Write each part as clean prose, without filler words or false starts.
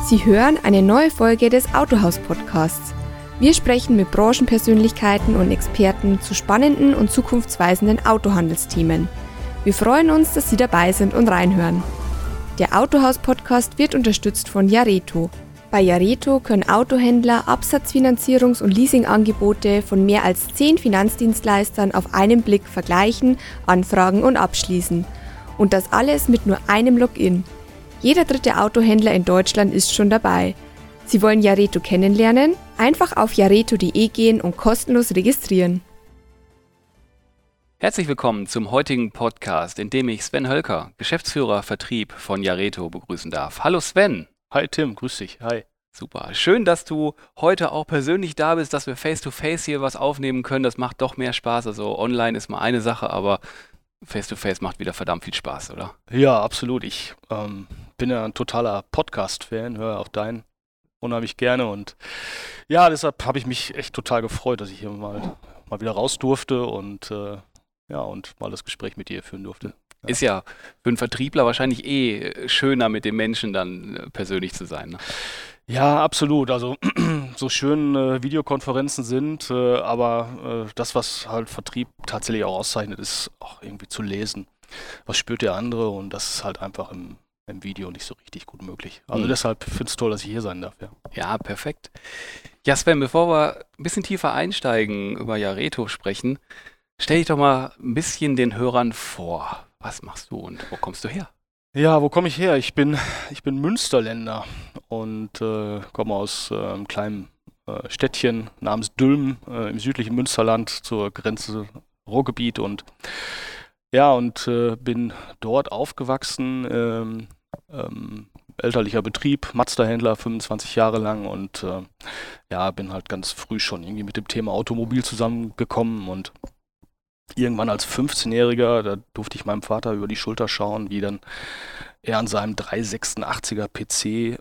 Sie hören eine neue Folge des Autohaus-Podcasts. Wir sprechen mit Branchenpersönlichkeiten und Experten zu spannenden und zukunftsweisenden Autohandelsthemen. Wir freuen uns, dass Sie dabei sind und reinhören. Der Autohaus-Podcast wird unterstützt von Jareto. Bei Jareto können Autohändler Absatzfinanzierungs- und Leasingangebote von mehr als 10 Finanzdienstleistern auf einen Blick vergleichen, anfragen und abschließen. Und das alles mit nur einem Login. Jeder dritte Autohändler in Deutschland ist schon dabei. Sie wollen Jareto kennenlernen? Einfach auf jareto.de gehen und kostenlos registrieren. Herzlich willkommen zum heutigen Podcast, in dem ich Sven Hölker, Geschäftsführer Vertrieb von Jareto, begrüßen darf. Hallo Sven. Hi Tim, grüß dich. Hi. Super. Schön, dass du heute auch persönlich da bist, dass wir face-to-face hier was aufnehmen können. Das macht doch mehr Spaß. Also online ist mal eine Sache, aber face-to-face macht wieder verdammt viel Spaß, oder? Ja, absolut. Ich bin ja ein totaler Podcast-Fan, höre auch deinen unheimlich gerne. Und ja, deshalb habe ich mich echt total gefreut, dass ich hier mal wieder raus durfte und mal das Gespräch mit dir führen durfte. Ja. Ist ja für einen Vertriebler wahrscheinlich schöner, mit dem Menschen dann persönlich zu sein, ne? Ja, absolut. Also so schön Videokonferenzen sind, aber das, was halt Vertrieb tatsächlich auch auszeichnet, ist auch irgendwie zu lesen. Was spürt der andere? Und das ist halt einfach im Video nicht so richtig gut möglich. Also deshalb finde ich es toll, dass ich hier sein darf. Ja, perfekt. Ja, Sven, bevor wir ein bisschen tiefer einsteigen, über Jareto sprechen, stell dich doch mal ein bisschen den Hörern vor. Was machst du und wo kommst du her? Ja, wo komme ich her? Ich bin Münsterländer und komme aus einem kleinen Städtchen namens Dülmen im südlichen Münsterland zur Grenze Ruhrgebiet und bin dort aufgewachsen, elterlicher Betrieb, Mazda-Händler, 25 Jahre lang und bin halt ganz früh schon irgendwie mit dem Thema Automobil zusammengekommen und irgendwann als 15-Jähriger, da durfte ich meinem Vater über die Schulter schauen, wie dann er an seinem 386er PC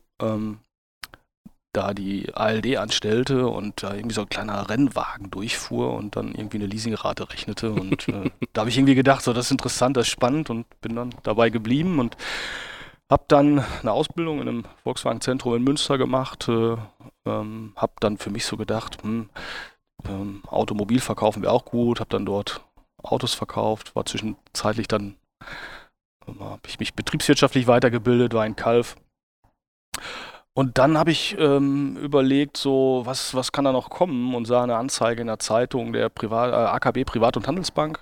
da die ALD anstellte und da irgendwie so ein kleiner Rennwagen durchfuhr und dann irgendwie eine Leasingrate rechnete. Und da habe ich irgendwie gedacht, so, das ist interessant, das ist spannend und bin dann dabei geblieben und habe dann eine Ausbildung in einem Volkswagen-Zentrum in Münster gemacht, habe dann für mich so gedacht, Automobil verkaufen wäre auch gut, habe dann dort Autos verkauft, war zwischenzeitlich dann, habe ich mich betriebswirtschaftlich weitergebildet, war in Calw. Und dann habe ich überlegt, so was kann da noch kommen und sah eine Anzeige in der Zeitung der AKB Privat- und Handelsbank.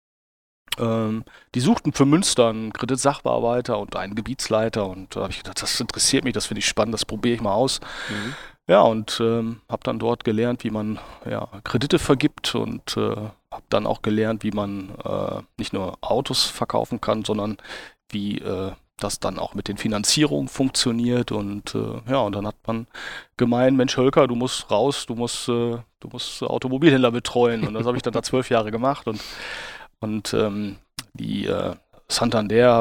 Die suchten für Münster einen Kreditsachbearbeiter und einen Gebietsleiter und da habe ich gedacht, das interessiert mich, das finde ich spannend, das probiere ich mal aus. Ja, und habe dann dort gelernt, wie man Kredite vergibt und habe dann auch gelernt, wie man nicht nur Autos verkaufen kann, sondern wie das dann auch mit den Finanzierungen funktioniert. Und und dann hat man gemeint, Mensch Hölker, du musst raus, du musst Automobilhändler betreuen. Und das habe ich dann da 12 Jahre gemacht. Und die Santander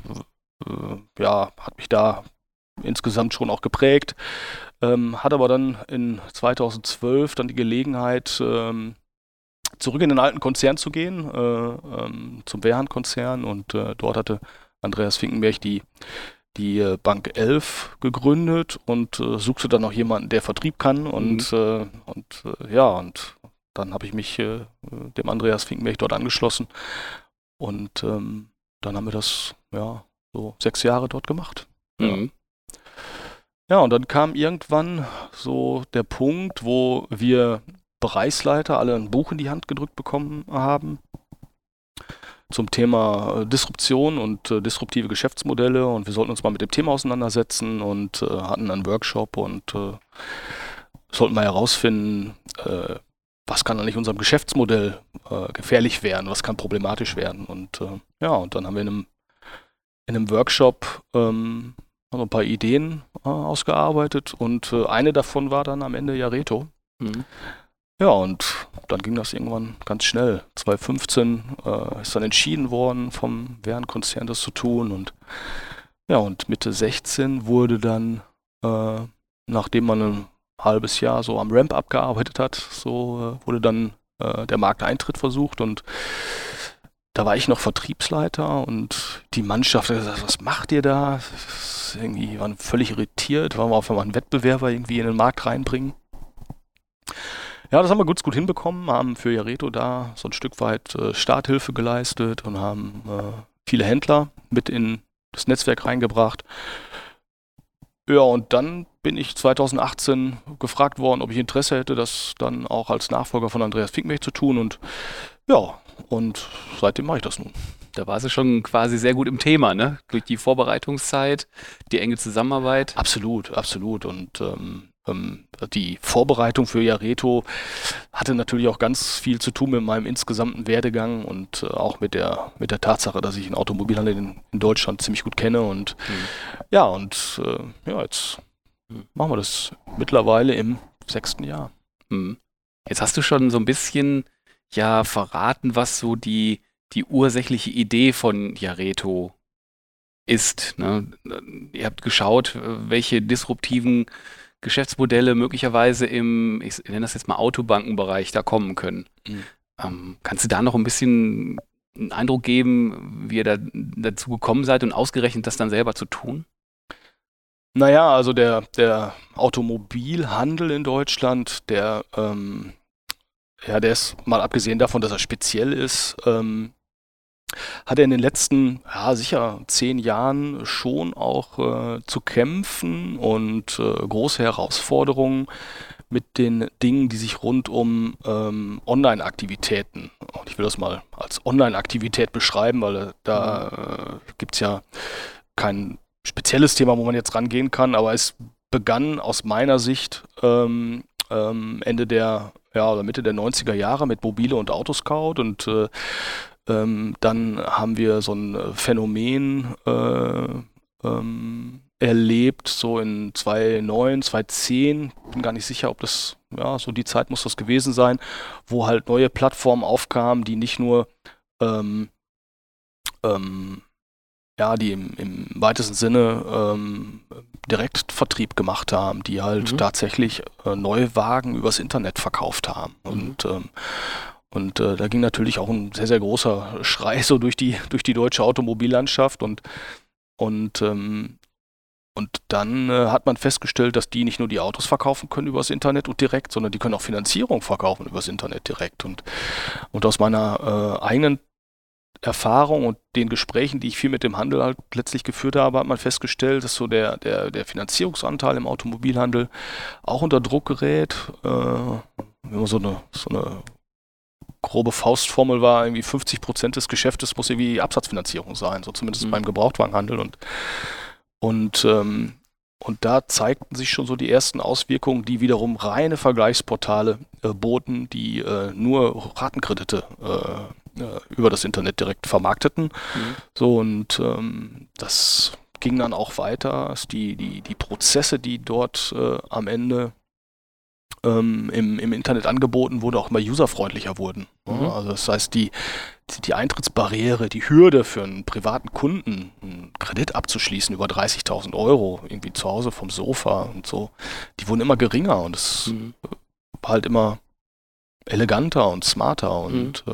hat mich da insgesamt schon auch geprägt. Hat aber dann in 2012 dann die Gelegenheit, zurück in den alten Konzern zu gehen, zum Wehrhahn-Konzern und dort hatte Andreas Finkenberg die Bank 11 gegründet und suchte dann noch jemanden, der Vertrieb kann und dann habe ich mich dem Andreas Finkenberg dort angeschlossen und dann haben wir das so 6 Jahre dort gemacht. Ja, und dann kam irgendwann so der Punkt, wo wir Bereichsleiter alle ein Buch in die Hand gedrückt bekommen haben zum Thema Disruption und disruptive Geschäftsmodelle und wir sollten uns mal mit dem Thema auseinandersetzen und hatten einen Workshop und sollten mal herausfinden, was kann eigentlich unserem Geschäftsmodell gefährlich werden, was kann problematisch werden und dann haben wir in einem Workshop haben ein paar Ideen ausgearbeitet und eine davon war dann am Ende Jareto. Ja, und dann ging das irgendwann ganz schnell. 2015 ist dann entschieden worden, vom Wehrhahn-Konzern das zu tun und Mitte 16 wurde dann, nachdem man ein halbes Jahr so am Ramp-up gearbeitet hat, wurde dann der Markteintritt versucht und da war ich noch Vertriebsleiter und die Mannschaft hat gesagt, was macht ihr da? waren völlig irritiert, waren wir auf einmal einen Wettbewerber irgendwie in den Markt reinbringen. Ja, das haben wir gut hinbekommen, haben für Jareto da so ein Stück weit Starthilfe geleistet und haben viele Händler mit in das Netzwerk reingebracht. Ja, und dann bin ich 2018 gefragt worden, ob ich Interesse hätte, das dann auch als Nachfolger von Andreas Finkmech zu tun. Und ja, und seitdem mache ich das nun. Da war sie schon quasi sehr gut im Thema, ne? Durch die Vorbereitungszeit, die enge Zusammenarbeit. Absolut. Und die Vorbereitung für Jareto hatte natürlich auch ganz viel zu tun mit meinem insgesamten Werdegang und auch mit der Tatsache, dass ich den Automobilhandel in Deutschland ziemlich gut kenne. Und jetzt machen wir das mittlerweile im 6. Jahr. Jetzt hast du schon so ein bisschen verraten, was so die ursächliche Idee von Jareto ist. Ne? Ihr habt geschaut, welche disruptiven Geschäftsmodelle möglicherweise ich nenne das jetzt mal Autobankenbereich, da kommen können. Kannst du da noch ein bisschen einen Eindruck geben, wie ihr dazu gekommen seid und ausgerechnet das dann selber zu tun? Naja, also der Automobilhandel in Deutschland, der ist, mal abgesehen davon, dass er speziell ist, hat er in den letzten, sicher 10 Jahren schon auch zu kämpfen und große Herausforderungen mit den Dingen, die sich rund um Online-Aktivitäten, und ich will das mal als Online-Aktivität beschreiben, weil da gibt es ja kein spezielles Thema, wo man jetzt rangehen kann, aber es begann aus meiner Sicht Ende oder Mitte der 90er Jahre mit Mobile und Autoscout und dann haben wir so ein Phänomen erlebt, so in 2009, 2010, bin gar nicht sicher, ob das, so die Zeit muss das gewesen sein, wo halt neue Plattformen aufkamen, die nicht nur die im weitesten Sinne Direktvertrieb gemacht haben, die halt tatsächlich Neuwagen übers Internet verkauft haben. Und da ging natürlich auch ein sehr, sehr großer Schrei so durch die deutsche Automobillandschaft und dann hat man festgestellt, dass die nicht nur die Autos verkaufen können übers Internet und direkt, sondern die können auch Finanzierung verkaufen übers Internet direkt. Und aus meiner eigenen Erfahrung und den Gesprächen, die ich viel mit dem Handel halt letztlich geführt habe, hat man festgestellt, dass so der Finanzierungsanteil im Automobilhandel auch unter Druck gerät. Wenn man so eine grobe Faustformel war, irgendwie 50% des Geschäftes muss irgendwie Absatzfinanzierung sein, so zumindest beim Gebrauchtwagenhandel. Und da zeigten sich schon so die ersten Auswirkungen, die wiederum reine Vergleichsportale boten, die nur Ratenkredite über das Internet direkt vermarkteten. So, und das ging dann auch weiter, dass die Prozesse, die dort am Ende im Internet angeboten wurden, auch immer userfreundlicher wurden. Also das heißt, die Eintrittsbarriere, die Hürde für einen privaten Kunden, einen Kredit abzuschließen über 30.000 Euro, irgendwie zu Hause vom Sofa und so, die wurden immer geringer und es war halt immer eleganter und smarter und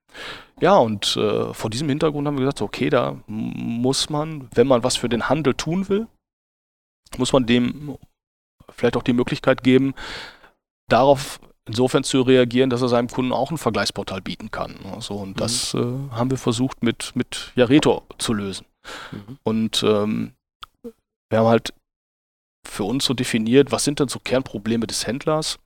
vor diesem Hintergrund haben wir gesagt, okay, da muss man, wenn man was für den Handel tun will, muss man dem vielleicht auch die Möglichkeit geben, darauf insofern zu reagieren, dass er seinem Kunden auch ein Vergleichsportal bieten kann. Also, und das haben wir versucht mit Jareto zu lösen. Und wir haben halt für uns so definiert, was sind denn so Kernprobleme des Händlers?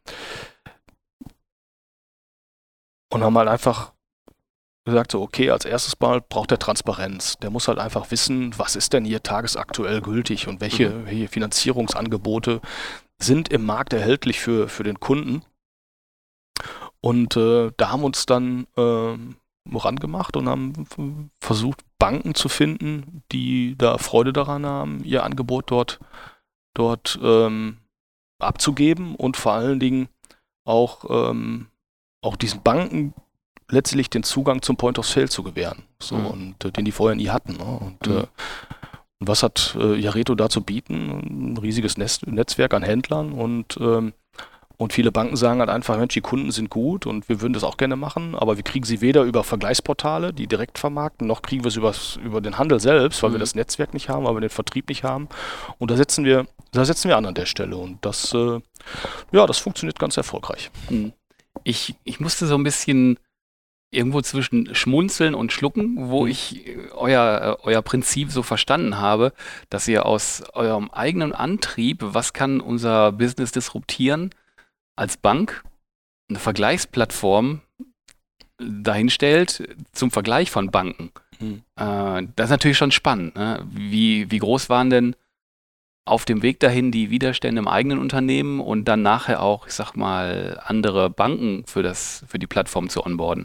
Und haben halt einfach gesagt, so okay, als erstes Mal braucht er Transparenz. Der muss halt einfach wissen, was ist denn hier tagesaktuell gültig und welche Finanzierungsangebote sind im Markt erhältlich für den Kunden. Und da haben wir uns dann rangemacht und haben versucht, Banken zu finden, die da Freude daran haben, ihr Angebot dort abzugeben und vor allen Dingen auch diesen Banken letztlich den Zugang zum Point of Sale zu gewähren. So, und den die vorher nie hatten. Ne? Und was hat Jareto da zu bieten? Ein riesiges Netzwerk an Händlern und Und viele Banken sagen halt einfach, Mensch, die Kunden sind gut und wir würden das auch gerne machen, aber wir kriegen sie weder über Vergleichsportale, die direkt vermarkten, noch kriegen wir es über den Handel selbst, weil wir das Netzwerk nicht haben, weil wir den Vertrieb nicht haben. Und da setzen wir an der Stelle. Und das funktioniert ganz erfolgreich. Ich musste so ein bisschen irgendwo zwischen schmunzeln und schlucken, wo ich euer Prinzip so verstanden habe, dass ihr aus eurem eigenen Antrieb, was kann unser Business disruptieren, als Bank eine Vergleichsplattform dahinstellt zum Vergleich von Banken. Das ist natürlich schon spannend. Ne? Wie groß waren denn auf dem Weg dahin die Widerstände im eigenen Unternehmen und dann nachher auch, ich sag mal, andere Banken für die Plattform zu onboarden?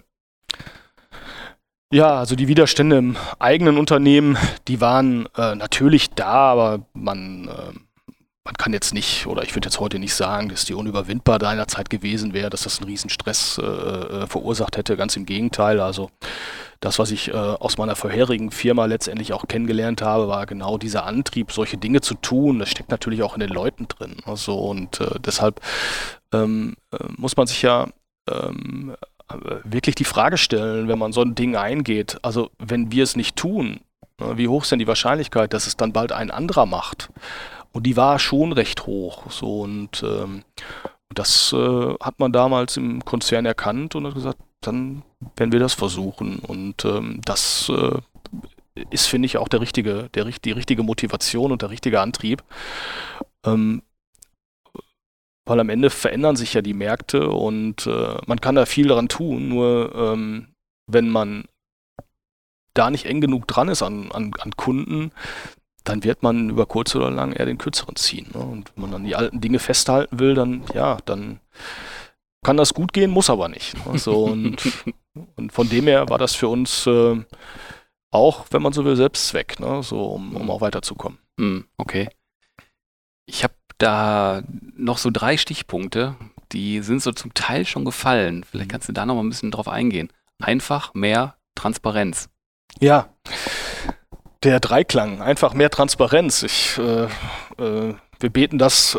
Ja, also die Widerstände im eigenen Unternehmen, die waren natürlich da, aber man kann jetzt nicht, oder ich würde jetzt heute nicht sagen, dass die unüberwindbar seinerzeit gewesen wäre, dass das einen riesen Stress verursacht hätte. Ganz im Gegenteil. Also das, was ich aus meiner vorherigen Firma letztendlich auch kennengelernt habe, war genau dieser Antrieb, solche Dinge zu tun. Das steckt natürlich auch in den Leuten drin. Also, und deshalb muss man sich ja wirklich die Frage stellen, wenn man so ein Ding eingeht. Also wenn wir es nicht tun, wie hoch ist denn die Wahrscheinlichkeit, dass es dann bald ein anderer macht? Und die war schon recht hoch. So, und das hat man damals im Konzern erkannt und hat gesagt, dann werden wir das versuchen. Und das ist, finde ich, auch die richtige Motivation und der richtige Antrieb. Weil am Ende verändern sich ja die Märkte und man kann da viel daran tun, nur wenn man da nicht eng genug dran ist an Kunden, dann wird man über kurz oder lang eher den kürzeren ziehen. Ne? Und wenn man dann die alten Dinge festhalten will, dann kann das gut gehen, muss aber nicht. Ne? So, und von dem her war das für uns auch, wenn man so will, Selbstzweck, ne? So, um auch weiterzukommen. Okay. Ich habe da noch so 3 Stichpunkte, die sind so zum Teil schon gefallen. Vielleicht kannst du da noch mal ein bisschen drauf eingehen. Einfach mehr Transparenz. Ja, der Dreiklang, einfach mehr Transparenz. Wir beten das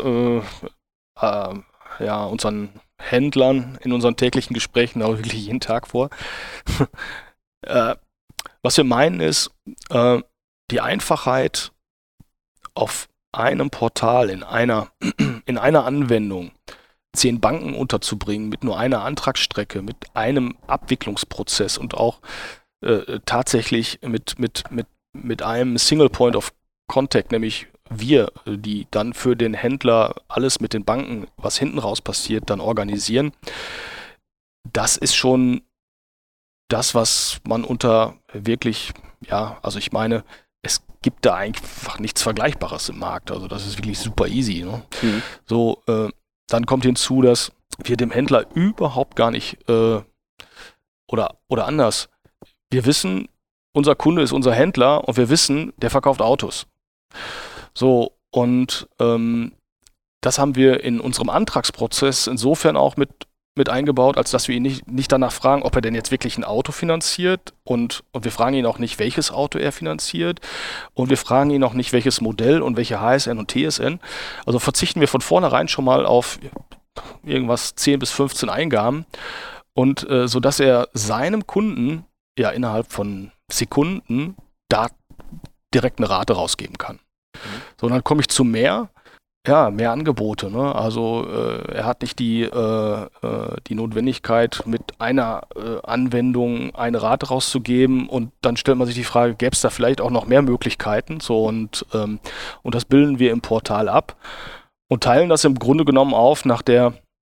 unseren Händlern in unseren täglichen Gesprächen auch wirklich jeden Tag vor. Was wir meinen ist, die Einfachheit auf einem Portal, in einer Anwendung 10 Banken unterzubringen, mit nur einer Antragsstrecke, mit einem Abwicklungsprozess und auch tatsächlich mit einem Single Point of Contact, nämlich wir, die dann für den Händler alles mit den Banken, was hinten raus passiert, dann organisieren. Das ist schon das, was man unter wirklich, also ich meine, es gibt da einfach nichts Vergleichbares im Markt. Also das ist wirklich super easy. Ne? So, dann kommt hinzu, dass wir dem Händler überhaupt gar nicht oder anders. Wir wissen, unser Kunde ist unser Händler und wir wissen, der verkauft Autos. So, und das haben wir in unserem Antragsprozess insofern auch mit eingebaut, als dass wir ihn nicht danach fragen, ob er denn jetzt wirklich ein Auto finanziert und wir fragen ihn auch nicht, welches Auto er finanziert und wir fragen ihn auch nicht, welches Modell und welche HSN und TSN. Also verzichten wir von vornherein schon mal auf irgendwas 10 bis 15 Eingaben und sodass er seinem Kunden ja innerhalb von Sekunden da direkt eine Rate rausgeben kann. So, und dann komme ich zu mehr Angebote. Ne? Also er hat nicht die Notwendigkeit, mit einer Anwendung eine Rate rauszugeben und dann stellt man sich die Frage, gäbe es da vielleicht auch noch mehr Möglichkeiten? So, und das bilden wir im Portal ab und teilen das im Grunde genommen auf nach der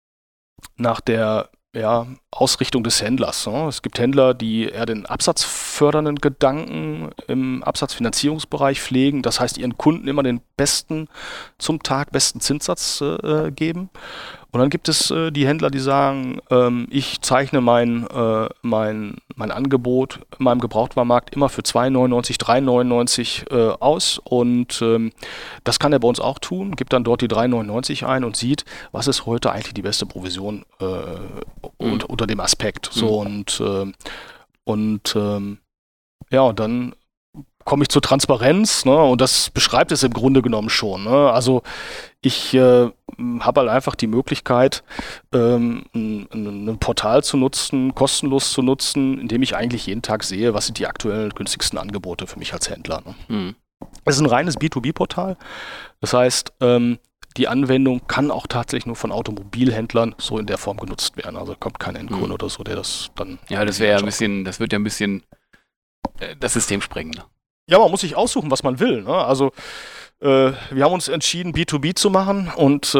Ausrichtung des Händlers. Ne? Es gibt Händler, die eher den absatzfördernden Gedanken im Absatzfinanzierungsbereich pflegen. Das heißt, ihren Kunden immer den besten Zinssatz geben. Und dann gibt es die Händler, die sagen, ich zeichne mein Angebot in meinem Gebrauchtwarenmarkt immer für 2,99, 3,99 aus und das kann er bei uns auch tun, gibt dann dort die 3,99 ein und sieht, was ist heute eigentlich die beste Provision unter dem Aspekt. So und dann komme ich zur Transparenz, ne? Und das beschreibt es im Grunde genommen schon. Ne? Also ich habe halt einfach die Möglichkeit, ein Portal zu nutzen, kostenlos zu nutzen, indem ich eigentlich jeden Tag sehe, was sind die aktuell günstigsten Angebote für mich als Händler. Ne? Mhm. Es ist ein reines B2B-Portal. Das heißt, die Anwendung kann auch tatsächlich nur von Automobilhändlern so in der Form genutzt werden. Also kommt kein Endkunde oder so, der das dann... Ja, das wäre das wird ja ein bisschen das System sprengen. Ne? Ja, man muss sich aussuchen, was man will. Ne? Also wir haben uns entschieden, B2B zu machen und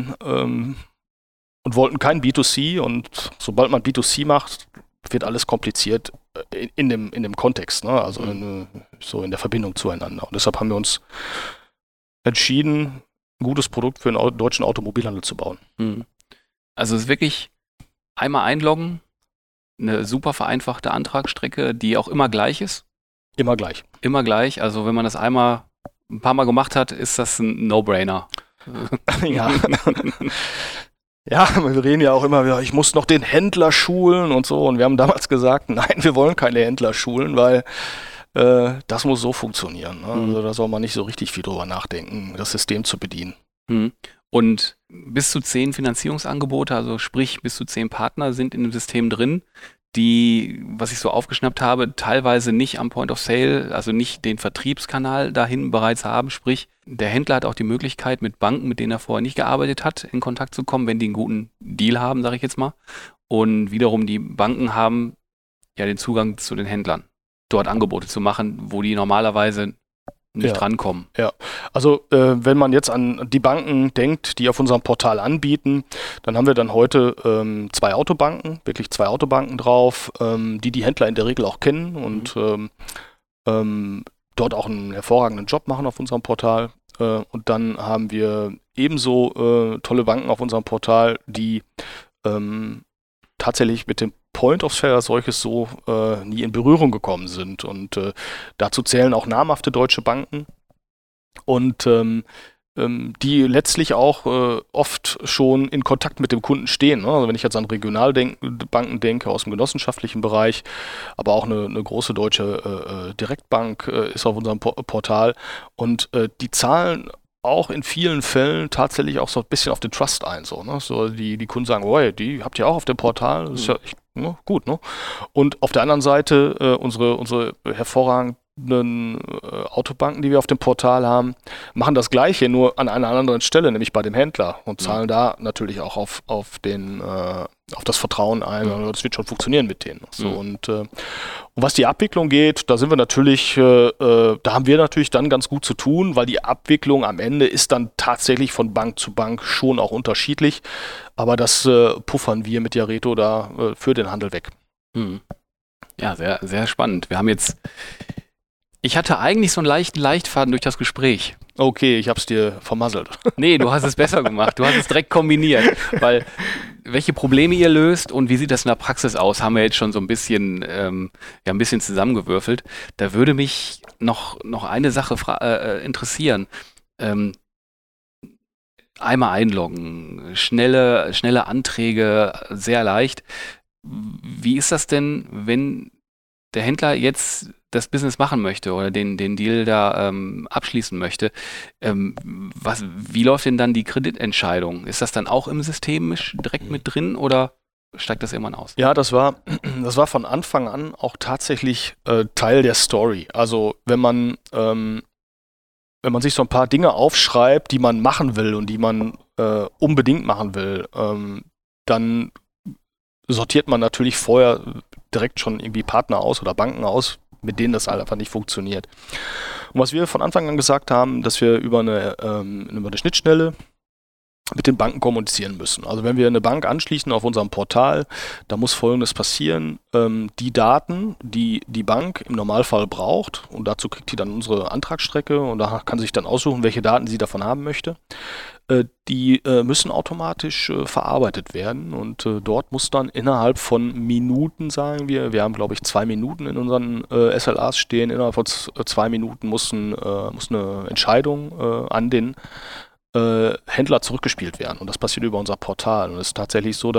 wollten kein B2C. Und sobald man B2C macht, wird alles kompliziert in dem Kontext. Ne? Also so in der Verbindung zueinander. Und deshalb haben wir uns entschieden, ein gutes Produkt für den deutschen Automobilhandel zu bauen. Also es ist wirklich einmal einloggen, eine super vereinfachte Antragsstrecke, die auch immer gleich ist. Immer gleich. Immer gleich. Also wenn man das ein paar Mal gemacht hat, ist das ein No-Brainer. Ja. Ja, wir reden ja auch immer, ich muss noch den Händler schulen und so. Und wir haben damals gesagt, nein, wir wollen keine Händler schulen, weil das muss so funktionieren. Ne? Also da soll man nicht so richtig viel drüber nachdenken, das System zu bedienen. Und bis zu 10 Finanzierungsangebote, also sprich bis zu 10 Partner sind in dem System drin, die, was ich so aufgeschnappt habe, teilweise nicht am Point of Sale, also nicht den Vertriebskanal dahin bereits haben. Sprich, der Händler hat auch die Möglichkeit, mit Banken, mit denen er vorher nicht gearbeitet hat, in Kontakt zu kommen, wenn die einen guten Deal haben, sage ich jetzt mal. Und wiederum die Banken haben ja den Zugang zu den Händlern, dort Angebote zu machen, wo die normalerweise nicht rankommen. Ja, also wenn man jetzt an die Banken denkt, die auf unserem Portal anbieten, dann haben wir dann heute 2 Autobanken, wirklich 2 Autobanken drauf, die Händler in der Regel auch kennen und dort auch einen hervorragenden Job machen auf unserem Portal. Und dann haben wir ebenso tolle Banken auf unserem Portal, die tatsächlich mit dem Point of Sale als solches so nie in Berührung gekommen sind. Und dazu zählen auch namhafte deutsche Banken und die letztlich auch oft schon in Kontakt mit dem Kunden stehen. Ne? Also wenn ich jetzt an Regionalbanken denke aus dem genossenschaftlichen Bereich, aber auch eine große deutsche Direktbank ist auf unserem Portal und die zahlen auch in vielen Fällen tatsächlich auch so ein bisschen auf den Trust ein. So, ne? So die Kunden sagen, oh, die habt ihr auch auf dem Portal, das ist ja echt gut. Ne? Und auf der anderen Seite unsere hervorragenden Autobanken, die wir auf dem Portal haben, machen das Gleiche, nur an einer anderen Stelle, nämlich bei dem Händler und zahlen da natürlich auch auf das Vertrauen ein. Also das wird schon funktionieren mit denen. So, und was die Abwicklung geht, da sind wir natürlich, da haben wir natürlich dann ganz gut zu tun, weil die Abwicklung am Ende ist dann tatsächlich von Bank zu Bank schon auch unterschiedlich, aber das puffern wir mit Jareto da für den Handel weg. Ja, sehr, sehr spannend. Ich hatte eigentlich so einen leichten Leichtfaden durch das Gespräch. Okay, ich hab's dir vermasselt. Nee, du hast es besser gemacht. Du hast es direkt kombiniert. Weil welche Probleme ihr löst und wie sieht das in der Praxis aus, haben wir jetzt schon so ein bisschen zusammengewürfelt. Da würde mich noch eine Sache interessieren. Einmal einloggen, schnelle Anträge, sehr leicht. Wie ist das denn, wenn der Händler jetzt das Business machen möchte oder den Deal da abschließen möchte? Wie läuft denn dann die Kreditentscheidung? Ist das dann auch im System direkt mit drin oder steigt das irgendwann aus? Ja, das war von Anfang an auch tatsächlich Teil der Story. Also wenn man sich so ein paar Dinge aufschreibt, die man machen will und die man unbedingt machen will, dann sortiert man natürlich vorher direkt schon irgendwie Partner aus oder Banken aus, mit denen das halt einfach nicht funktioniert. Und was wir von Anfang an gesagt haben, dass wir über eine Schnittstelle mit den Banken kommunizieren müssen. Also wenn wir eine Bank anschließen auf unserem Portal, da muss Folgendes passieren. Die Daten, die die Bank im Normalfall braucht, und dazu kriegt die dann unsere Antragsstrecke und da kann sie sich dann aussuchen, welche Daten sie davon haben möchte, die müssen automatisch verarbeitet werden und dort muss dann innerhalb von Minuten, sagen wir haben glaube ich 2 Minuten in unseren SLAs stehen, innerhalb von 2 Minuten muss eine Entscheidung an den Händler zurückgespielt werden und das passiert über unser Portal und es ist tatsächlich so, dass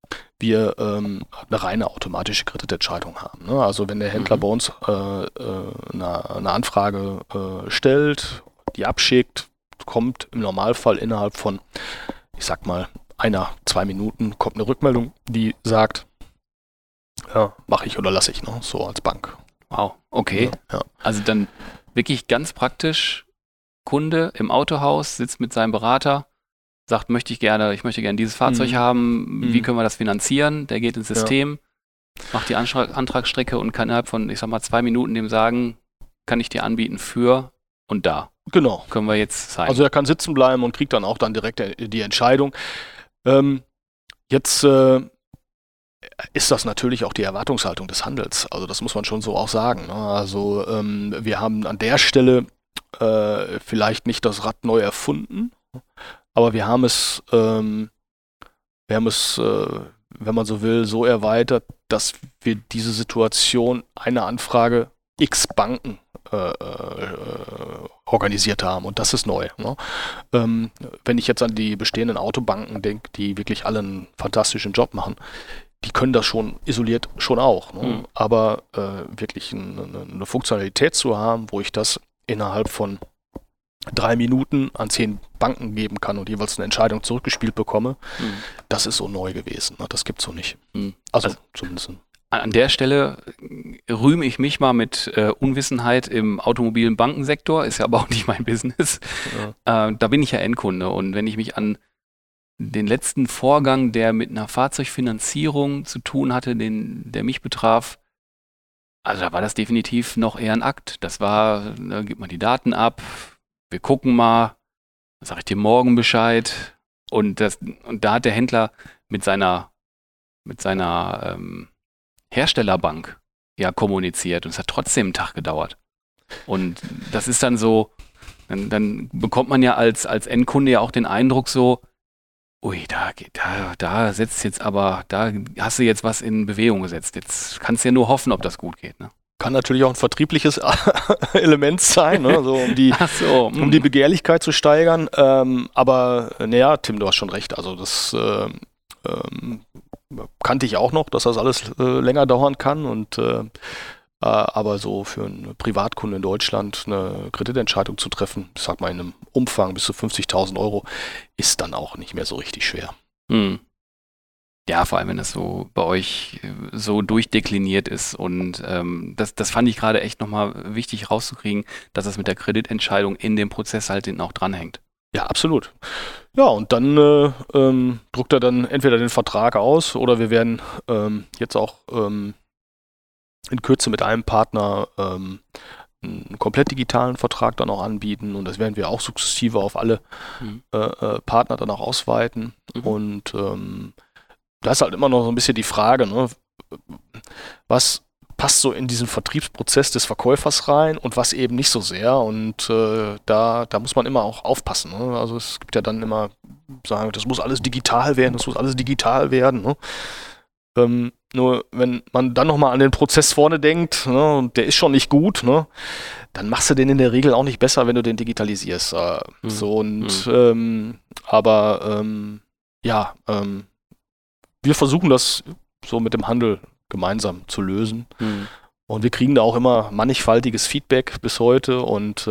wir eine reine automatische Kreditentscheidung haben. Ne? Also wenn der Händler bei uns eine Anfrage stellt, die abschickt, kommt im Normalfall innerhalb von, ich sag mal, 1-2 Minuten kommt eine Rückmeldung, die sagt, ja, mache ich oder lasse ich, ne? So als Bank. Wow, okay. Ja. Also dann wirklich ganz praktisch, Kunde im Autohaus sitzt mit seinem Berater, sagt, ich möchte gerne dieses Fahrzeug haben, wie können wir das finanzieren? Der geht ins System, macht die Antragsstrecke und kann innerhalb von, ich sag mal, 2 Minuten dem sagen, kann ich dir anbieten für und da. Genau. Können wir jetzt zeigen. Also er kann sitzen bleiben und kriegt dann auch direkt die Entscheidung. Jetzt ist das natürlich auch die Erwartungshaltung des Handels. Also das muss man schon so auch sagen. Ne? Also wir haben an der Stelle vielleicht nicht das Rad neu erfunden, aber wir haben es, wenn man so will, so erweitert, dass wir diese Situation, eine Anfrage x Banken organisiert haben und das ist neu. Ne? Wenn ich jetzt an die bestehenden Autobanken denke, die wirklich alle einen fantastischen Job machen, die können das schon isoliert schon auch. Ne? Aber wirklich eine Funktionalität zu haben, wo ich das innerhalb von 3 Minuten an 10 Banken geben kann und jeweils eine Entscheidung zurückgespielt bekomme, das ist so neu gewesen. Ne? Das gibt es so nicht. Also zumindest. An der Stelle rühme ich mich mal mit Unwissenheit im automobilen Bankensektor, ist ja aber auch nicht mein Business. Ja. Da bin ich ja Endkunde und wenn ich mich an den letzten Vorgang, der mit einer Fahrzeugfinanzierung zu tun hatte, der mich betraf, also da war das definitiv noch eher ein Akt. Das war, da gibt man die Daten ab, wir gucken mal, dann sage ich dir morgen Bescheid und da hat der Händler mit seiner Herstellerbank ja kommuniziert und es hat trotzdem einen Tag gedauert. Und das ist dann so, dann bekommt man ja als Endkunde ja auch den Eindruck so, ui, da setzt jetzt aber, da hast du jetzt was in Bewegung gesetzt. Jetzt kannst du ja nur hoffen, ob das gut geht, ne? Kann natürlich auch ein vertriebliches Element sein, ne? So, um die Begehrlichkeit zu steigern. Aber naja, Tim, du hast schon recht. Also das kannte ich auch noch, dass das alles länger dauern kann. Und aber so für einen Privatkunden in Deutschland eine Kreditentscheidung zu treffen, ich sag mal in einem Umfang bis zu 50.000 Euro, ist dann auch nicht mehr so richtig schwer. Ja, vor allem, wenn das so bei euch so durchdekliniert ist. Und das fand ich gerade echt nochmal wichtig rauszukriegen, dass es mit der Kreditentscheidung in dem Prozess halt hinten auch dranhängt. Ja, absolut. Ja, und dann druckt er dann entweder den Vertrag aus oder wir werden jetzt auch in Kürze mit einem Partner einen komplett digitalen Vertrag dann auch anbieten und das werden wir auch sukzessive auf alle Partner dann auch ausweiten. Und da ist halt immer noch so ein bisschen die Frage, ne, was passt so in diesen Vertriebsprozess des Verkäufers rein und was eben nicht so sehr. Und da muss man immer auch aufpassen. Ne? Also es gibt ja dann immer sagen, das muss alles digital werden, Ne? Nur wenn man dann nochmal an den Prozess vorne denkt, ne, und der ist schon nicht gut, ne, dann machst du den in der Regel auch nicht besser, wenn du den digitalisierst. Wir versuchen das so mit dem Handel gemeinsam zu lösen. Und wir kriegen da auch immer mannigfaltiges Feedback bis heute und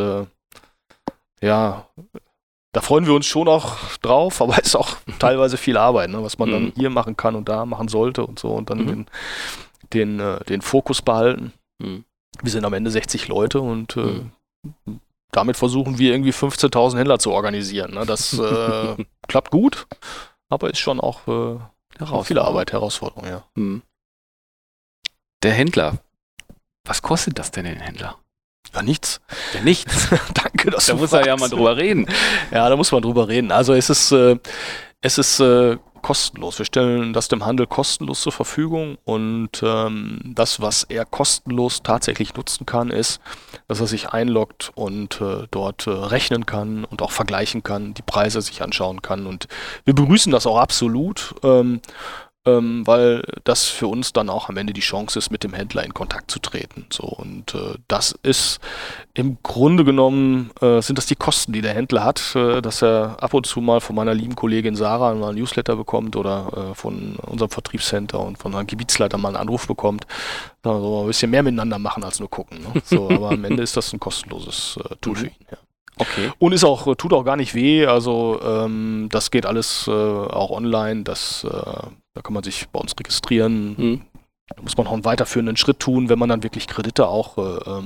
da freuen wir uns schon auch drauf, aber es ist auch teilweise viel Arbeit, ne, was man dann hier machen kann und da machen sollte und so und dann den Fokus behalten. Wir sind am Ende 60 Leute und damit versuchen wir irgendwie 15.000 Händler zu organisieren. Ne. Das klappt gut, aber ist schon auch viel Arbeit, Herausforderung, ja. Der Händler, was kostet das denn den Händler? Ja, nichts. Ja, nichts. Danke, dass da du muss fragst. er ja mal drüber reden. Ja, da muss man drüber reden. Also es ist kostenlos. Wir stellen das dem Handel kostenlos zur Verfügung und das, was er kostenlos tatsächlich nutzen kann, ist, dass er sich einloggt und dort rechnen kann und auch vergleichen kann, die Preise sich anschauen kann und wir begrüßen das auch absolut. weil das für uns dann auch am Ende die Chance ist, mit dem Händler in Kontakt zu treten. So, und das ist im Grunde genommen, sind das die Kosten, die der Händler hat, dass er ab und zu mal von meiner lieben Kollegin Sarah mal ein Newsletter bekommt oder von unserem Vertriebscenter und von einem Gebietsleiter mal einen Anruf bekommt. Da so ein bisschen mehr miteinander machen als nur gucken. Ne? So, aber am Ende ist das ein kostenloses Tool für ihn. Ja. Okay. Und tut auch gar nicht weh, also das geht alles auch online, da kann man sich bei uns registrieren. Da muss man auch einen weiterführenden Schritt tun, wenn man dann wirklich Kredite auch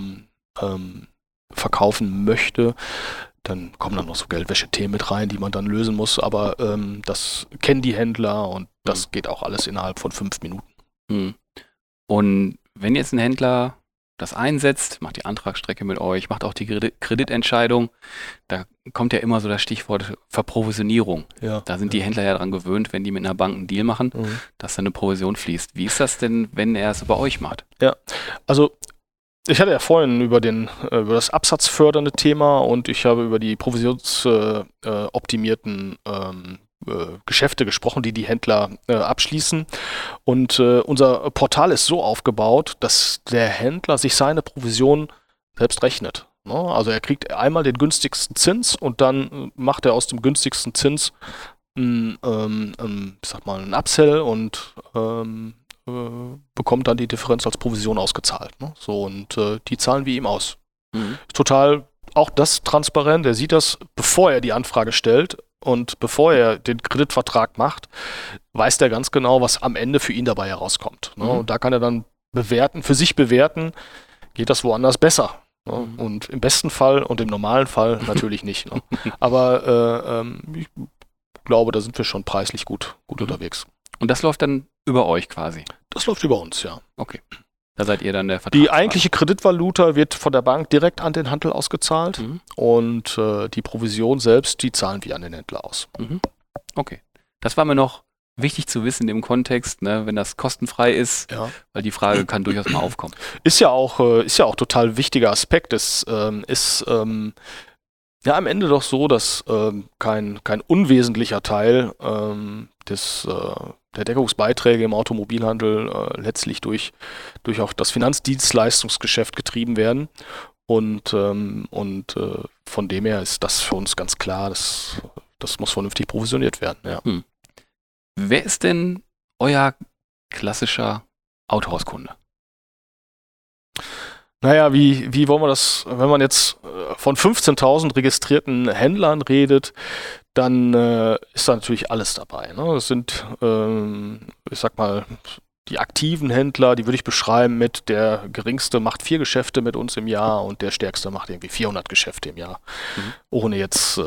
verkaufen möchte. Dann kommen dann noch so Geldwäsche-Themen mit rein, die man dann lösen muss, aber das kennen die Händler und das geht auch alles innerhalb von 5 Minuten. Und wenn jetzt ein Händler das einsetzt, macht die Antragsstrecke mit euch, macht auch die Kreditentscheidung, da kommt ja immer so das Stichwort Verprovisionierung. Ja, da sind die Händler ja dran gewöhnt, wenn die mit einer Bank einen Deal machen, dass da eine Provision fließt. Wie ist das denn, wenn er es bei euch macht? Ja, also ich hatte ja vorhin über das absatzfördernde Thema und ich habe über die provisionsoptimierten Geschäfte gesprochen, die Händler abschließen. Und unser Portal ist so aufgebaut, dass der Händler sich seine Provision selbst rechnet. Ne? Also er kriegt einmal den günstigsten Zins und dann macht er aus dem günstigsten Zins einen Upsell und bekommt dann die Differenz als Provision ausgezahlt. Ne? So, und die zahlen wir ihm aus. Total auch das transparent. Er sieht das, bevor er die Anfrage stellt. Und bevor er den Kreditvertrag macht, weiß der ganz genau, was am Ende für ihn dabei herauskommt. Ne? Und da kann er dann für sich bewerten, geht das woanders besser. Ne? Und im besten Fall und im normalen Fall natürlich nicht. Ne? Aber ich glaube, da sind wir schon preislich gut unterwegs. Und das läuft dann über euch quasi? Das läuft über uns, ja. Okay. Da seid ihr dann der Vertragspartner. Die eigentliche Kreditvaluta wird von der Bank direkt an den Handel ausgezahlt und die Provision selbst, die zahlen wir an den Händler aus. Okay. Das war mir noch wichtig zu wissen im Kontext, ne, wenn das kostenfrei ist, weil die Frage kann durchaus mal aufkommen. Ist ja auch total wichtiger Aspekt. Es ist am Ende doch so, dass kein unwesentlicher Teil der Deckungsbeiträge im Automobilhandel letztlich durch auch das Finanzdienstleistungsgeschäft getrieben werden. Und von dem her ist das für uns ganz klar, das muss vernünftig provisioniert werden. Ja. Wer ist denn euer klassischer Autohauskunde? Naja, wie wollen wir das, wenn man jetzt von 15.000 registrierten Händlern redet, dann ist da natürlich alles dabei. Ne? Das sind, ich sag mal, die aktiven Händler, die würde ich beschreiben mit der geringste macht 4 Geschäfte mit uns im Jahr und der stärkste macht irgendwie 400 Geschäfte im Jahr. Ohne jetzt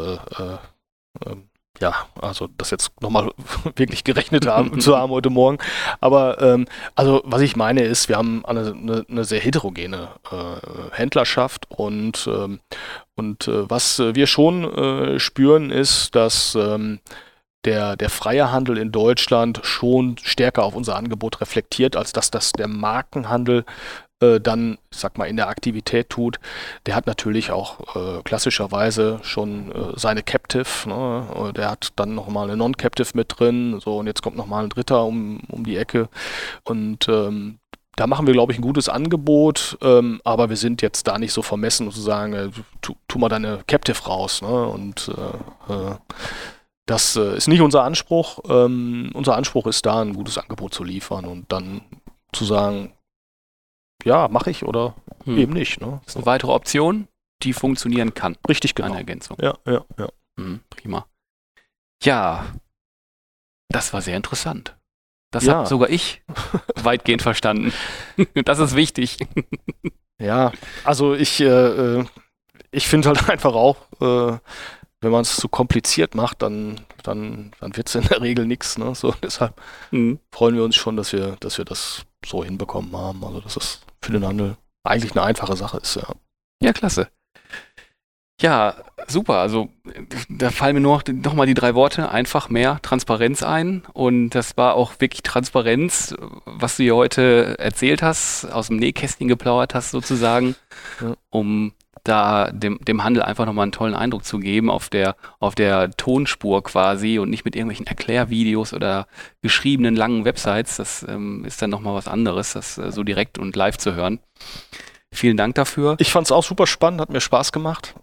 also das jetzt nochmal wirklich gerechnet zu haben heute Morgen. Aber also was ich meine ist, wir haben eine sehr heterogene Händlerschaft und was wir schon spüren ist, dass der freie Handel in Deutschland schon stärker auf unser Angebot reflektiert, als dass das der Markenhandel dann, ich sag mal, in der Aktivität tut. Der hat natürlich auch klassischerweise schon seine Captive, ne? Der hat dann nochmal eine Non-Captive mit drin, so, und jetzt kommt nochmal ein dritter um die Ecke und da machen wir, glaube ich, ein gutes Angebot, aber wir sind jetzt da nicht so vermessen, zu sagen, tu mal deine Captive raus, ne? Und das ist nicht unser Anspruch. Unser Anspruch ist da, ein gutes Angebot zu liefern und dann zu sagen, ja, mache ich oder eben nicht. Ne? Das ist eine weitere Option, die funktionieren kann. Richtig, genau. Eine Ergänzung. Ja. Prima. Ja, das war sehr interessant. Das habe sogar ich weitgehend verstanden. Das ist wichtig. Ja, also ich finde halt einfach auch, wenn man es zu kompliziert macht, dann wird es in der Regel nichts. Ne? So, deshalb freuen wir uns schon, dass wir das so hinbekommen haben. Also dass es für den Handel eigentlich eine einfache Sache ist. Ja, klasse. Ja, super. Also da fallen mir nur noch mal die 3 Worte, einfach mehr Transparenz ein. Und das war auch wirklich Transparenz, was du hier heute erzählt hast, aus dem Nähkästchen geplaudert hast sozusagen, um da dem Handel einfach nochmal einen tollen Eindruck zu geben auf der Tonspur quasi und nicht mit irgendwelchen Erklärvideos oder geschriebenen langen Websites. Das ist dann nochmal was anderes, das so direkt und live zu hören. Vielen Dank dafür. Ich fand es auch super spannend, hat mir Spaß gemacht.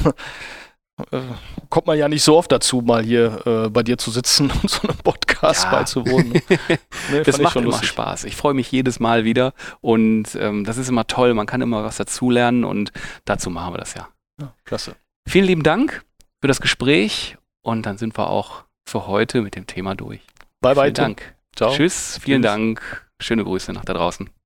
Kommt man ja nicht so oft dazu, mal hier bei dir zu sitzen und so einem Podcast beizuwohnen. Nee, das macht schon immer lustig. Spaß. Ich freue mich jedes Mal wieder und das ist immer toll. Man kann immer was dazulernen und dazu machen wir das ja. Klasse. Vielen lieben Dank für das Gespräch und dann sind wir auch für heute mit dem Thema durch. Bye bye. Vielen Dank. Ciao. Tschüss. Vielen Dank. Schöne Grüße nach da draußen.